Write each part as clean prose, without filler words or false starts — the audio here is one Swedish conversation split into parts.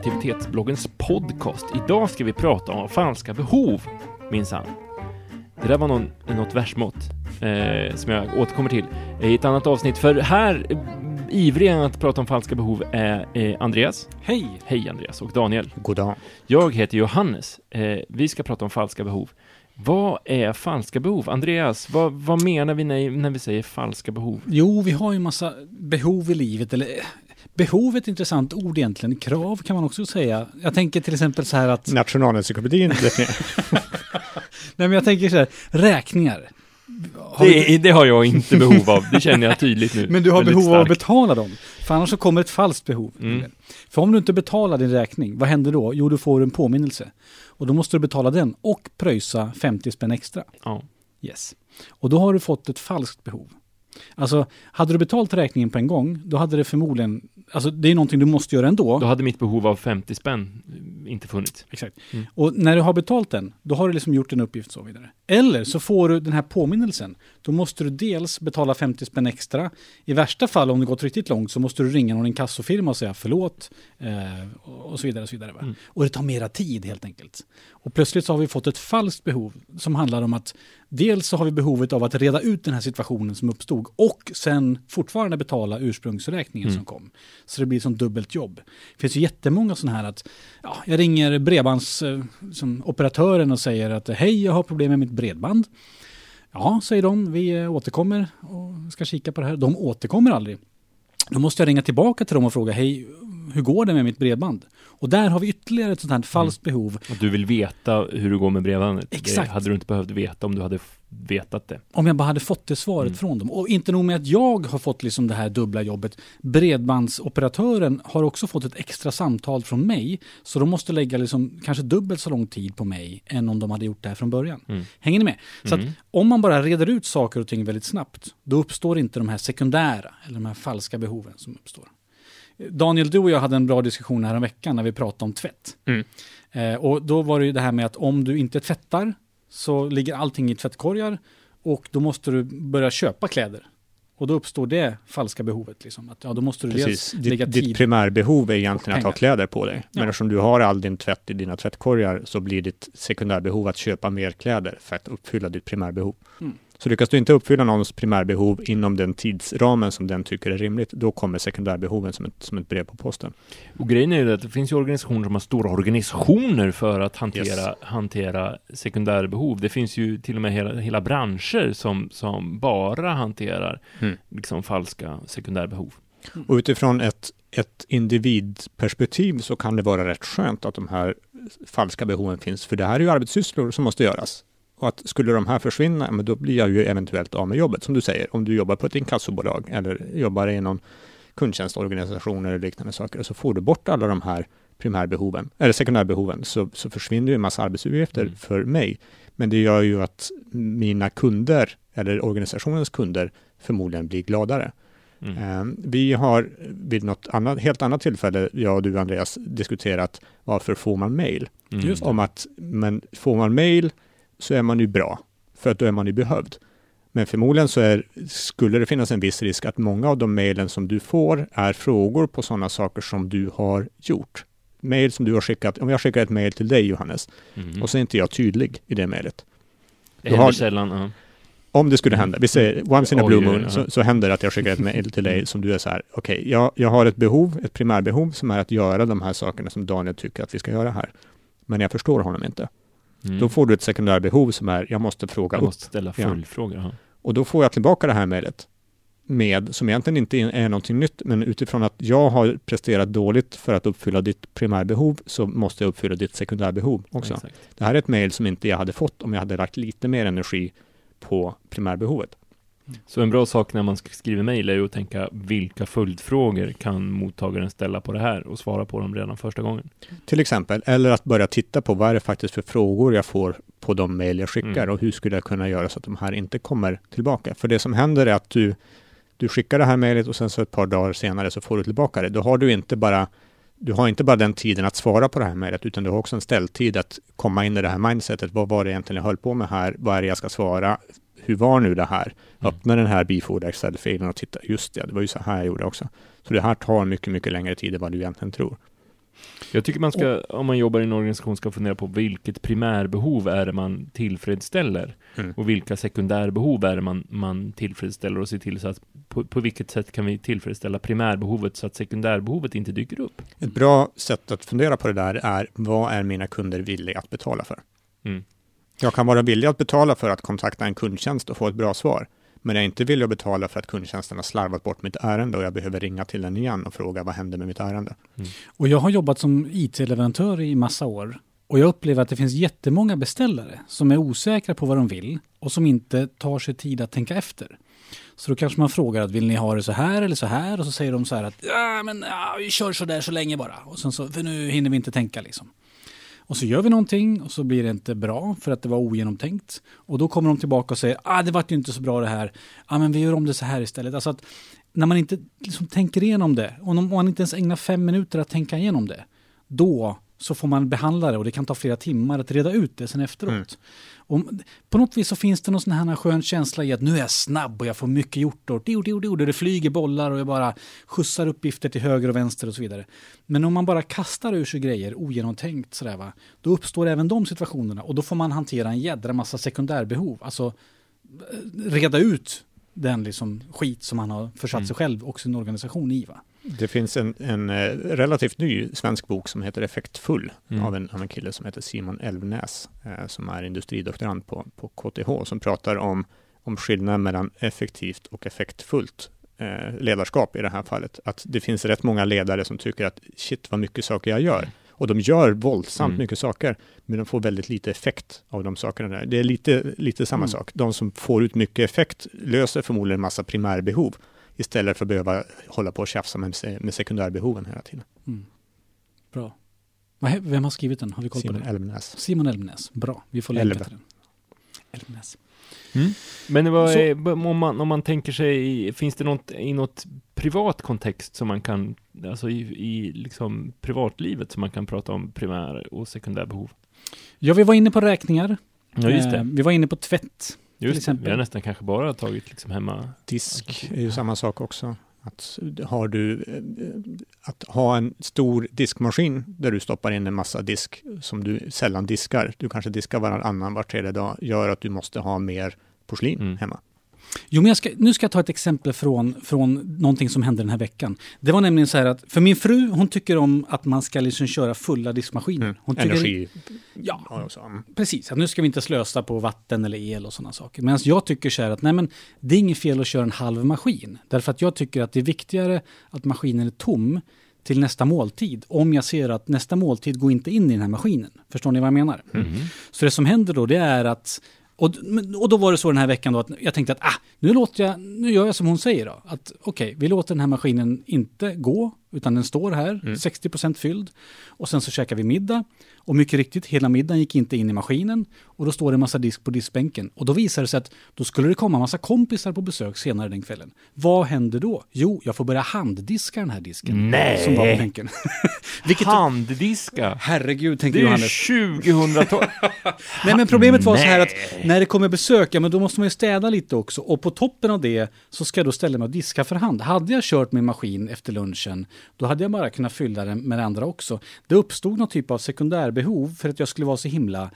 produktivitetsbloggens podcast. Idag ska vi prata om falska behov, minsann. Det där var något versmått som jag återkommer till i ett annat avsnitt. För här, ivriga att prata om falska behov är Andreas. Hej! Hej Andreas och Daniel. God dag. Jag heter Johannes. Vi ska prata om falska behov. Vad är falska behov? Andreas, vad menar vi när vi säger falska behov? Jo, vi har ju en massa behov i livet. Eller, behov är ett intressant ord egentligen. Krav kan man också säga. Jag tänker till exempel så här att... Nationalencyklopedin. Nej, men jag tänker så här, räkningar. Det har jag inte behov av. Det känner jag tydligt nu. Men du har väldigt behov starkt av att betala dem. För annars så kommer ett falskt behov. För om du inte betalar din räkning, vad händer då? Jo, du får en påminnelse. Och då måste du betala den och pröjsa 50 spänn extra. Ja. Yes. Och då har du fått ett falskt behov. Alltså, hade du betalt räkningen på en gång, då hade det förmodligen... Alltså, det är någonting du måste göra ändå. Då hade mitt behov av 50 spänn inte funnits. Exakt. Och när du har betalt den, då har du liksom gjort en uppgift så vidare. Eller så får du den här påminnelsen. Då måste du dels betala 50 spänn extra. I värsta fall, om det gått riktigt långt, så måste du ringa någon inkassofirma och säga förlåt. Och så vidare. Och, så vidare, va? Och det tar mera tid helt enkelt. Och plötsligt så har vi fått ett falskt behov som handlar om att dels så har vi behovet av att reda ut den här situationen som uppstod och sen fortfarande betala ursprungsräkningen som kom. Så det blir som dubbelt jobb. Det finns ju jättemånga sådana här att jag ringer bredbandsoperatören och säger att hej, jag har problem med mitt bredband. Ja, säger de, vi återkommer och ska kika på det här. De återkommer aldrig. Då måste jag ringa tillbaka till dem och fråga, hej, hur går det med mitt bredband? Och där har vi ytterligare ett sånt här falskt behov. Och du vill veta hur det går med bredbandet. Exakt. Det hade du inte behövt veta om du hade vetat det. Om jag bara hade fått det svaret från dem. Och inte nog med att jag har fått liksom det här dubbla jobbet. Bredbandsoperatören har också fått ett extra samtal från mig. Så de måste lägga liksom kanske dubbelt så lång tid på mig än om de hade gjort det här från början. Hänger ni med? Så att om man bara reder ut saker och ting väldigt snabbt, då uppstår inte de här sekundära eller de här falska behoven som uppstår. Daniel, du och jag hade en bra diskussion här en vecka när vi pratade om tvätt. Och då var det ju det här med att om du inte tvättar så ligger allting i tvättkorgar och då måste du börja köpa kläder. Och då uppstår det falska behovet. Liksom. Att, då måste du dels lägga tid. Ditt primärbehov är egentligen att ha kläder på dig. Men eftersom du har all din tvätt i dina tvättkorgar så blir ditt sekundärbehov att köpa mer kläder för att uppfylla ditt primärbehov. Så lyckas du inte uppfylla någons primärbehov inom den tidsramen som den tycker är rimligt, då kommer sekundärbehoven som ett brev på posten. Och grejen är ju att det finns ju organisationer som har stora organisationer för att hantera sekundärbehov. Det finns ju till och med hela branscher som bara hanterar liksom falska sekundärbehov. Och utifrån ett individperspektiv så kan det vara rätt skönt att de här falska behoven finns. För det här är ju arbetssysslor som måste göras. Och att skulle de här försvinna, men då blir jag ju eventuellt av med jobbet. Som du säger, om du jobbar på ett inkassobolag eller jobbar i någon kundtjänstorganisation eller liknande saker, så får du bort alla de här primärbehoven, eller sekundärbehoven, så försvinner ju en massa arbetsuppgifter för mig. Men det gör ju att mina kunder, eller organisationens kunder, förmodligen blir gladare. Vi har vid något helt annat tillfälle, jag och du Andreas, diskuterat varför får man mejl. Om att, men får man mejl så är man ju bra, för att då är man ju behövd. Men förmodligen så skulle det finnas en viss risk att många av de mejlen som du får är frågor på sådana saker som du har gjort. Mejl som du har skickat, om jag skickar ett mejl till dig Johannes, och så är inte jag tydlig i det mejlet. Det händer sällan. Om det skulle hända, vi säger once in a blue moon, så händer det att jag skickar ett mejl till dig som du är så här, okej, jag har ett primärbehov som är att göra de här sakerna som Daniel tycker att vi ska göra här. Men jag förstår honom inte. Då får du ett sekundärbehov som är, jag måste ställa följdfrågor. Ja. Och då får jag tillbaka det här mejlet som egentligen inte är någonting nytt, men utifrån att jag har presterat dåligt för att uppfylla ditt primärbehov så måste jag uppfylla ditt sekundärbehov också. Exakt. Det här är ett mejl som inte jag hade fått om jag hade lagt lite mer energi på primärbehovet. Så en bra sak när man skriver mejl är ju att tänka vilka följdfrågor kan mottagaren ställa på det här och svara på dem redan första gången. Till exempel, eller att börja titta på vad är det faktiskt för frågor jag får på de mejl jag skickar och hur skulle jag kunna göra så att de här inte kommer tillbaka. För det som händer är att du skickar det här mejlet och sen så ett par dagar senare så får du tillbaka det. Då har du inte bara den tiden att svara på det här mejlet, utan du har också en ställtid att komma in i det här mindsetet. Vad var det egentligen jag höll på med här? Vad är det jag ska svara? Hur var nu det här? Öppna den här bifoga Excel-filen och titta. Just det var ju så här jag gjorde också. Så det här tar mycket, mycket längre tid än vad du egentligen tror. Jag tycker man ska, om man jobbar i en organisation, ska fundera på vilket primärbehov är det man tillfredsställer och vilka sekundärbehov är det man tillfredsställer, och se till så att på vilket sätt kan vi tillfredsställa primärbehovet så att sekundärbehovet inte dyker upp. Ett bra sätt att fundera på det där är, vad är mina kunder villiga att betala för? Jag kan vara villig att betala för att kontakta en kundtjänst och få ett bra svar. Men jag är inte villig att betala för att kundtjänsten har slarvat bort mitt ärende och jag behöver ringa till den igen och fråga vad händer med mitt ärende. Och jag har jobbat som IT-leverantör i massa år. Och jag upplever att det finns jättemånga beställare som är osäkra på vad de vill och som inte tar sig tid att tänka efter. Så då kanske man frågar att vill ni ha det så här eller så här? Och så säger de så här att vi kör så där så länge bara. Och sen så, för nu hinner vi inte tänka liksom. Och så gör vi någonting och så blir det inte bra för att det var ogenomtänkt. Och då kommer de tillbaka och säger, det var ju inte så bra det här. Men vi gör om det så här istället. Alltså att när man inte liksom tänker igenom det, och om man inte ens ägnar 5 minuter att tänka igenom det, då så får man behandla det och det kan ta flera timmar att reda ut det sen efteråt. Och på något vis så finns det någon sån här skön känsla i att nu är jag snabb och jag får mycket gjort och det flyger bollar och jag bara skjutsar uppgifter till höger och vänster och så vidare. Men om man bara kastar ur sig grejer ogenomtänkt sådär, va, då uppstår även de situationerna och då får man hantera en jädra massa sekundärbehov. Alltså reda ut den liksom skit som man har försatt sig själv och sin organisation i, va. Det finns en relativt ny svensk bok som heter Effektfull av en kille som heter Simon Elvnäs som är industridoktorand på KTH, som pratar om skillnaden mellan effektivt och effektfullt ledarskap i det här fallet. Att det finns rätt många ledare som tycker att shit vad mycket saker jag gör. Och de gör våldsamt mycket saker, men de får väldigt lite effekt av de sakerna där. Det är lite samma sak. De som får ut mycket effekt löser förmodligen en massa primärbehov istället för att behöva hålla på och tjafsa med sekundärbehoven hela tiden. Bra. Vem har skrivit den? Har vi koll på det? Simon Elvnäs. Bra. Vi får länka till den. Elvnäs. Men om man tänker sig, finns det något i något privat kontext som man kan, alltså i liksom privatlivet som man kan prata om primär- och sekundärbehov? Ja, vi var inne på räkningar. Ja, just det. Vi var inne på tvätt. Just det, vi har nästan kanske bara tagit liksom hemma. Disk är ju samma sak också. Att ha en stor diskmaskin där du stoppar in en massa disk som du sällan diskar. Du kanske diskar varannan var tredje dag, gör att du måste ha mer porslin hemma. Jo, men nu ska jag ta ett exempel från någonting som hände den här veckan. Det var nämligen så här att, för min fru, hon tycker om att man ska liksom köra fulla diskmaskiner. Hon tycker, energi. Ja, precis. Att nu ska vi inte slösa på vatten eller el och sådana saker. Medan jag tycker så här att nej, men det är inget fel att köra en halv maskin. Därför att jag tycker att det är viktigare att maskinen är tom till nästa måltid. Om jag ser att nästa måltid går inte in i den här maskinen. Förstår ni vad jag menar? Så det som händer då, det är att och då var det så den här veckan då att jag tänkte att nu gör jag som hon säger då. Att okej, vi låter den här maskinen inte gå utan den står här, 60% fylld. Och sen så käkar vi middag. Och mycket riktigt, hela middagen gick inte in i maskinen. Och då står det en massa disk på diskbänken. Och då visar det sig att då skulle det komma en massa kompisar på besök senare den kvällen. Vad händer då? Jo, jag får börja handdiska den här disken. Nej! Som var på bänken. Handdiska? Herregud, tänker det är Johannes. 2012. Nej, men problemet var så här att när det kommer besök, men då måste man ju städa lite också. Och på toppen av det så ska jag då ställa mig och diska för hand. Hade jag kört min maskin efter lunchen, då hade jag bara kunnat fylla den med det andra också. Det uppstod någon typ av sekundärbehov för att jag skulle vara så himla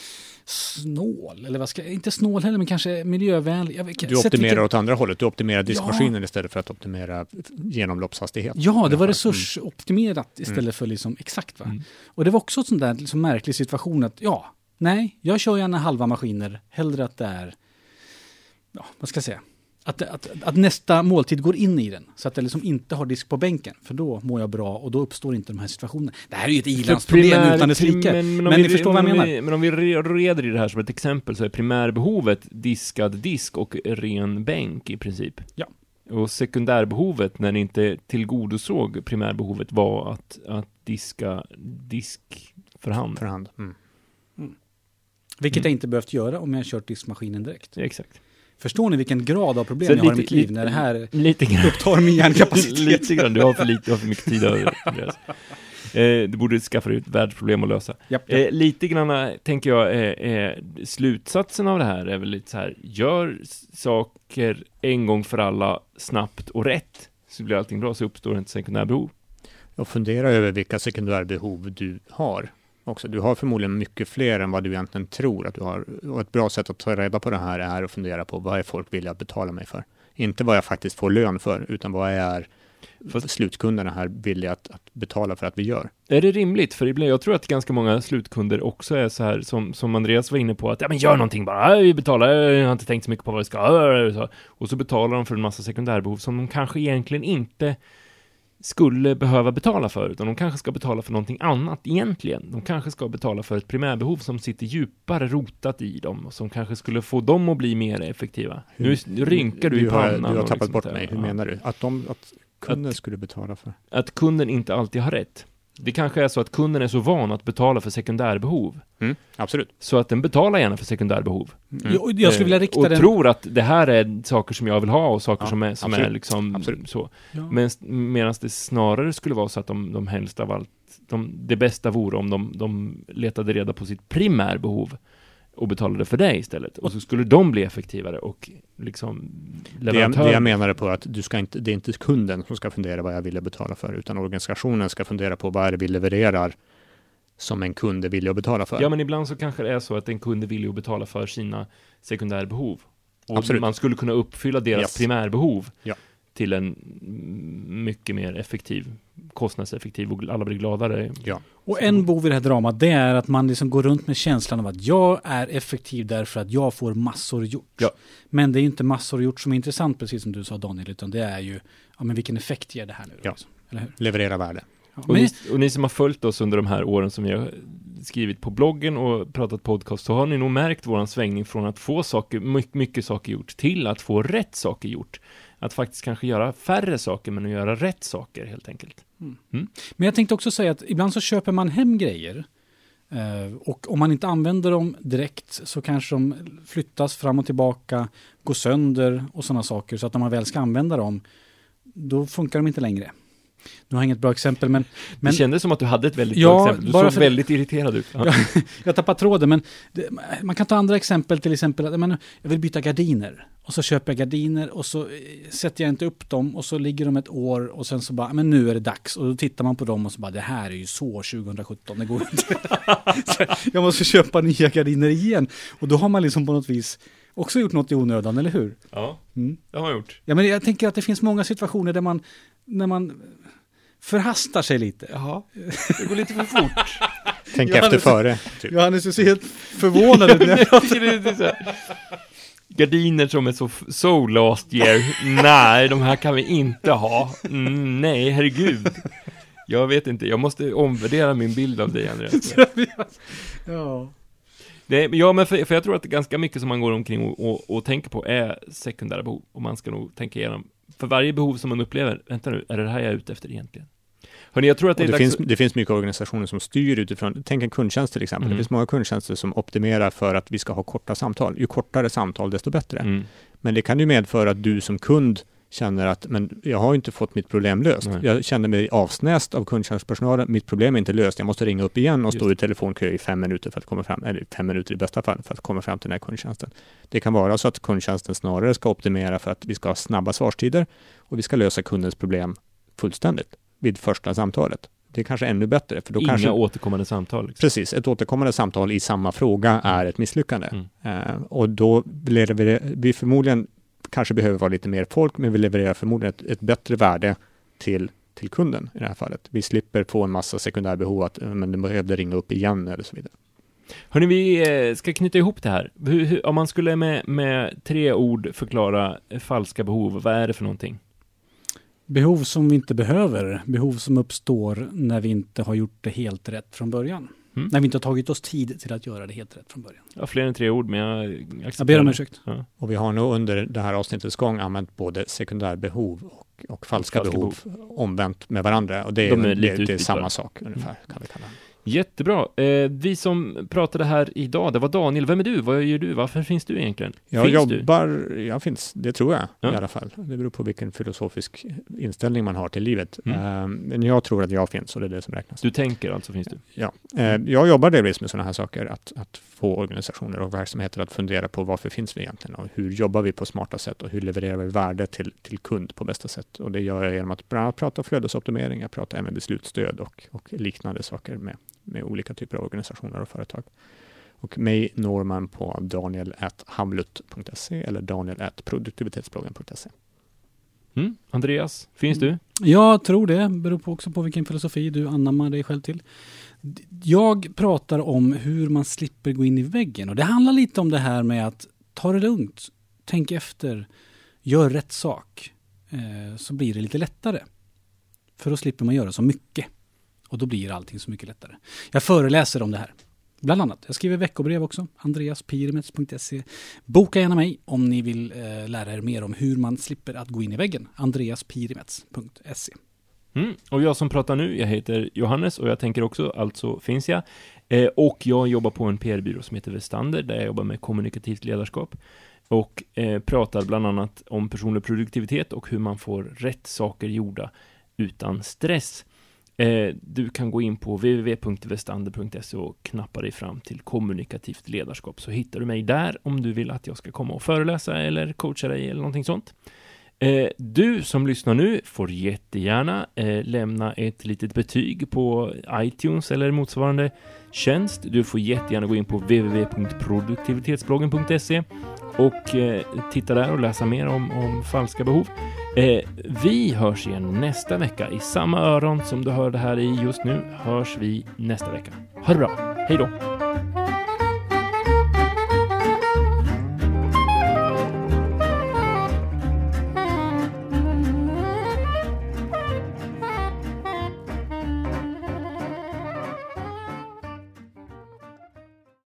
snål. Eller inte snål heller, men kanske miljövänlig. Du optimerar åt andra hållet. Du optimerar diskmaskinen istället för att optimera genomloppshastighet. Ja, det var resursoptimerat istället för liksom exakt. Va? Och det var också en sån där liksom märklig situation att jag kör gärna halva maskiner. Hellre att det är, vad ska jag säga? Att nästa måltid går in i den. Så att det liksom inte har disk på bänken. För då mår jag bra och då uppstår inte de här situationerna. Det här är ju ett ilandsproblem utan dess like. Men ni förstår vad jag menar. Men om vi reder i det här som ett exempel så är primärbehovet diskad disk och ren bänk i princip. Ja. Och sekundärbehovet när ni inte tillgodosåg primärbehovet var att diska disk för hand. Vilket jag inte behövt göra om jag kört diskmaskinen direkt. Ja, exakt. Förstår ni vilken grad av problem jag har i mitt liv när det här upptar min hjärnkapacitet? Lite grann, du har för mycket tid över. Du borde skaffa dig ett världsproblem att lösa. Japp. Lite grann tänker jag slutsatsen av det här är väl lite så här: gör saker en gång för alla snabbt och rätt, så blir allting bra, så uppstår inte sekundärbehov. och fundera över vilka sekundärbehov du har. Också. Du har förmodligen mycket fler än vad du egentligen tror att du har. Och ett bra sätt att ta reda på det här är att fundera på vad är folk villiga att betala mig för. Inte vad jag faktiskt får lön för, utan vad är slutkunderna här villiga att betala för att vi gör. Är det rimligt? För jag tror att ganska många slutkunder också är så här som Andreas var inne på att ja, men gör någonting bara, vi betalar, jag har inte tänkt så mycket på vad vi ska. Och så betalar de för en massa sekundärbehov som de kanske egentligen inte skulle behöva betala för, utan de kanske ska betala för någonting annat egentligen. De kanske ska betala för ett primärbehov som sitter djupare rotat i dem och som kanske skulle få dem att bli mer effektiva. Nu rynkar du i pannan. Du har tappat liksom bort mig. Hur menar du? Att kunden skulle betala för? Att kunden inte alltid har rätt. Det kanske är så att kunden är så van att betala för sekundärbehov. Absolut. Så att den betalar gärna för sekundärbehov. Jag skulle vilja rikta och den... tror att det här är saker som jag vill ha och saker som är liksom absolut. Så. Ja. Men medan det snarare skulle vara så att de helst av allt, det bästa vore om de letade reda på sitt primärbehov och betalade för det istället. Och så skulle de bli effektivare och liksom det jag menade på att det är inte kunden som ska fundera vad jag ville betala för, utan organisationen ska fundera på vad är det vi levererar som en kund är villig att betala för. Ja, men ibland så kanske det är så att en kund är villig att betala för sina sekundärbehov. Och absolut. Man skulle kunna uppfylla deras primärbehov till en mycket mer effektiv, kostnadseffektiv och alla blir gladare. Ja. Och en bov i det här dramat, det är att man liksom går runt med känslan av att jag är effektiv därför att jag får massor gjort. Ja. Men det är inte massor gjort som är intressant, precis som du sa Daniel, utan det är ju men vilken effekt ger det här nu? Ja. Liksom, eller hur? Leverera värde. Ja, och ni som har följt oss under de här åren som vi har skrivit på bloggen och pratat podcast, så har ni nog märkt våran svängning från att få mycket saker gjort till att få rätt saker gjort. Att faktiskt kanske göra färre saker men att göra rätt saker helt enkelt. Men jag tänkte också säga att ibland så köper man hem grejer och om man inte använder dem direkt så kanske de flyttas fram och tillbaka, går sönder och sådana saker, så att när man väl ska använda dem då funkar de inte längre. Nu har jag inget bra exempel, men det kändes som att du hade ett väldigt bra exempel. Du såg väldigt irriterad ut. Ja. Jag tappar tråden, men man kan ta andra exempel, till exempel att jag vill byta gardiner. Och så köper jag gardiner och så sätter jag inte upp dem och så ligger de ett år och sen så bara, men nu är det dags. Och då tittar man på dem och så bara, det här är ju så 2017, det går inte. Jag måste köpa nya gardiner igen. Och då har man liksom på något vis också gjort något i onödan, eller hur? Ja, det har man gjort. Ja, men jag tänker att det finns många situationer där när man förhastar sig lite. Jaha, det går lite för fort. Tänk efter före. Typ. Johannes är helt förvånad. Gardiner som är så last year. Nej, de här kan vi inte ha. Nej, herregud. Jag vet inte, jag måste omvärdera min bild av dig, Andreas. Ja. Men för jag tror att det är ganska mycket som man går omkring och tänker på är sekundära behov. Och man ska nog tänka igenom. För varje behov som man upplever, vänta nu, är det här jag är ute efter egentligen? Hörrni, jag tror att det finns mycket organisationer som styr utifrån, tänk en kundtjänst till exempel. Det finns många kundtjänster som optimerar för att vi ska ha korta samtal. Ju kortare samtal, desto bättre. Men det kan ju medföra att du som kund känner att men jag har inte fått mitt problem löst. Nej. Jag känner mig avsnäst av kundtjänstpersonalen. Mitt problem är inte löst. Jag måste ringa upp igen och stå i telefonkö i 5 minuter för att komma fram, eller 5 minuter i bästa fall för att komma fram till den här kundtjänsten. Det kan vara så att kundtjänsten snarare ska optimera för att vi ska ha snabba svarstider och vi ska lösa kundens problem fullständigt vid första samtalet. Det är kanske ännu bättre. För då Inga återkommande samtal. Liksom. Precis, ett återkommande samtal i samma fråga är ett misslyckande. Och då levererar vi förmodligen, kanske behöver vara lite mer folk, men vi levererar förmodligen ett bättre värde till kunden i det här fallet. Vi slipper få en massa sekundärbehov att men det behövde ringa upp igen eller så vidare. Hörrni, vi ska knyta ihop det här. Om man skulle med 3 ord förklara falska behov, vad är det för någonting? Behov som vi inte behöver. Behov som uppstår när vi inte har gjort det helt rätt från början. När vi inte har tagit oss tid till att göra det helt rätt från början. Ja, fler än 3 ord, men jag ber om ursäkt. Ja. Och vi har nog under det här avsnittets gång använt både sekundärbehov och falska behov omvänt med varandra. Och det är samma sak ungefär, kan vi kalla det. Jättebra. Vi som pratade här idag, det var Daniel. Vem är du? Vad gör du? Varför finns du egentligen? Jag finns, det tror jag i alla fall. Det beror på vilken filosofisk inställning man har till livet. Men jag tror att jag finns och det är det som räknas. Du tänker alltså finns du? Ja. Jag jobbar delvis med sådana här saker. Att få organisationer och verksamheter att fundera på varför finns vi egentligen och hur jobbar vi på smarta sätt och hur levererar vi värde till kund på bästa sätt. Och det gör jag genom att bland annat prata flödesoptimering, jag pratar även beslutsstöd och liknande saker med olika typer av organisationer och företag. Och mig når man på daniel@hamlut.se eller daniel@produktivitetsbloggen.se. Andreas, finns du? Jag tror det. Beror också på vilken filosofi du anammar dig själv till. Jag pratar om hur man slipper gå in i väggen. Och det handlar lite om det här med att ta det lugnt. Tänk efter. Gör rätt sak. Så blir det lite lättare. För då slipper man göra så mycket. Och då blir allting så mycket lättare. Jag föreläser om det här. Bland annat. Jag skriver veckobrev också. andreaspirimets.se. Boka gärna mig om ni vill lära er mer om hur man slipper att gå in i väggen. andreaspirimets.se. Och jag som pratar nu, jag heter Johannes och jag tänker också, alltså finns jag. Och jag jobbar på en PR-byrå som heter Westander där jag jobbar med kommunikativt ledarskap. Och pratar bland annat om personlig produktivitet och hur man får rätt saker gjorda utan stress. Du kan gå in på www.westander.se och knappa dig fram till kommunikativt ledarskap, så hittar du mig där om du vill att jag ska komma och föreläsa eller coacha dig eller någonting sånt. Du som lyssnar nu får jättegärna lämna ett litet betyg på iTunes eller motsvarande tjänst. Du får jättegärna gå in på www.produktivitetsbloggen.se och titta där och läsa mer om falska behov. Vi hörs igen nästa vecka i samma öron som du hör det här i just nu. Hörs vi nästa vecka. Ha det bra. Hej då!